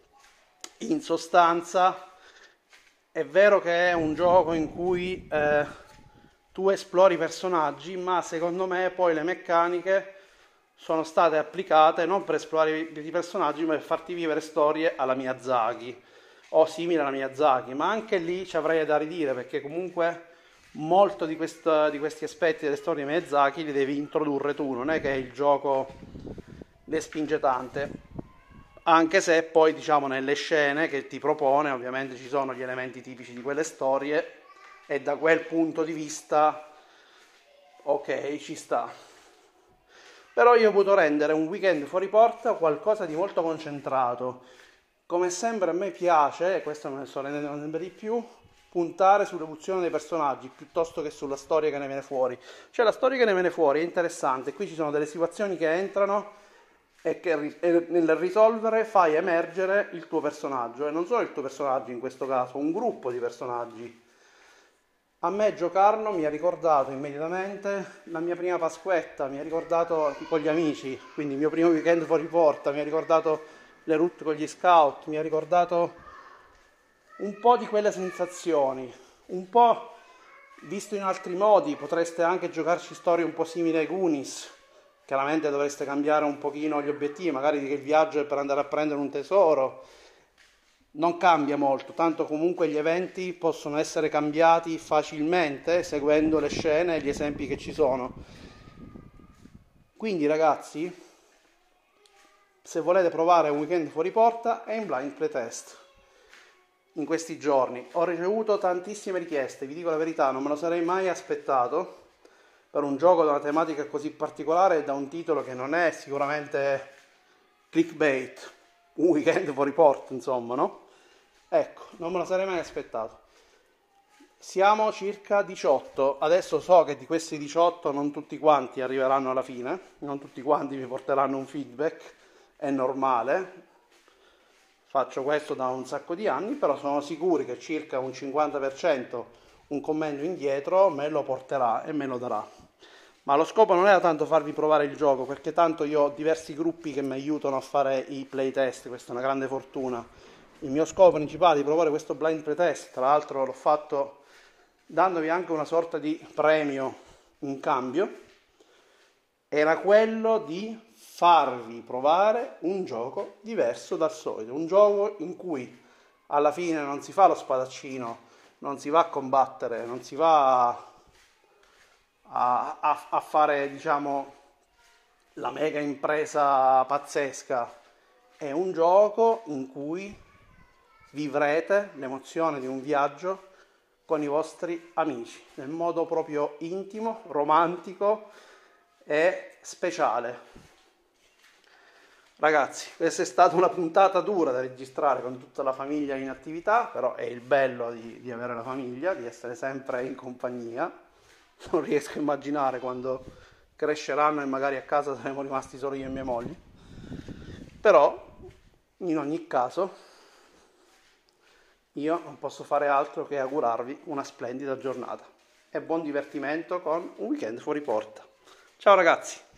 in sostanza è vero che è un gioco in cui eh, tu esplori i personaggi, ma secondo me poi le meccaniche sono state applicate non per esplorare i personaggi, ma per farti vivere storie alla Miyazaki, o simili alla Miyazaki, ma anche lì ci avrei da ridire, perché comunque molto di, questa, di questi aspetti delle storie Miyazaki li devi introdurre tu, non è che il gioco le spinge tante, anche se poi diciamo nelle scene che ti propone ovviamente ci sono gli elementi tipici di quelle storie e da quel punto di vista ok, ci sta. Però io ho voluto rendere un weekend fuori porta qualcosa di molto concentrato. Come sempre a me piace, e questo me ne sto rendendo sempre di più, puntare sull'evoluzione dei personaggi piuttosto che sulla storia che ne viene fuori. Cioè la storia che ne viene fuori è interessante, qui ci sono delle situazioni che entrano e che e nel risolvere fai emergere il tuo personaggio, e non solo il tuo personaggio in questo caso, un gruppo di personaggi. A me giocarlo mi ha ricordato immediatamente la mia prima Pasquetta, mi ha ricordato con gli amici, quindi il mio primo weekend fuori porta, mi ha ricordato le route con gli scout, mi ha ricordato un po' di quelle sensazioni, un po' visto in altri modi, potreste anche giocarci storie un po' simili ai Goonies, chiaramente dovreste cambiare un pochino gli obiettivi, magari che il viaggio è per andare a prendere un tesoro, non cambia molto, tanto comunque gli eventi possono essere cambiati facilmente seguendo le scene e gli esempi che ci sono. Quindi ragazzi, se volete provare un weekend fuori porta è in blind playtest. In questi giorni ho ricevuto tantissime richieste, vi dico la verità, non me lo sarei mai aspettato per un gioco da una tematica così particolare e da un titolo che non è sicuramente clickbait, un weekend fuori porta, insomma, no? Ecco, non me lo sarei mai aspettato. Siamo circa diciotto, adesso so che di questi diciotto non tutti quanti arriveranno alla fine, non tutti quanti mi porteranno un feedback, è normale, faccio questo da un sacco di anni, però sono sicuro che circa un cinquanta per cento un commento indietro me lo porterà e me lo darà. Ma lo scopo non era tanto farvi provare il gioco, perché tanto io ho diversi gruppi che mi aiutano a fare i playtest, questa è una grande fortuna. Il mio scopo principale di provare questo blind playtest, tra l'altro l'ho fatto dandovi anche una sorta di premio in cambio, era quello di farvi provare un gioco diverso dal solito, un gioco in cui alla fine non si fa lo spadaccino, non si va a combattere, non si va a, a, a fare, diciamo, la mega impresa pazzesca, è un gioco in cui vivrete l'emozione di un viaggio con i vostri amici, nel modo proprio intimo, romantico e speciale. Ragazzi, questa è stata una puntata dura da registrare con tutta la famiglia in attività, però è il bello di, di avere la famiglia, di essere sempre in compagnia. Non riesco a immaginare quando cresceranno e magari a casa saremo rimasti solo io e mia moglie. Però, in ogni caso, io non posso fare altro che augurarvi una splendida giornata e buon divertimento con un weekend fuori porta. Ciao ragazzi!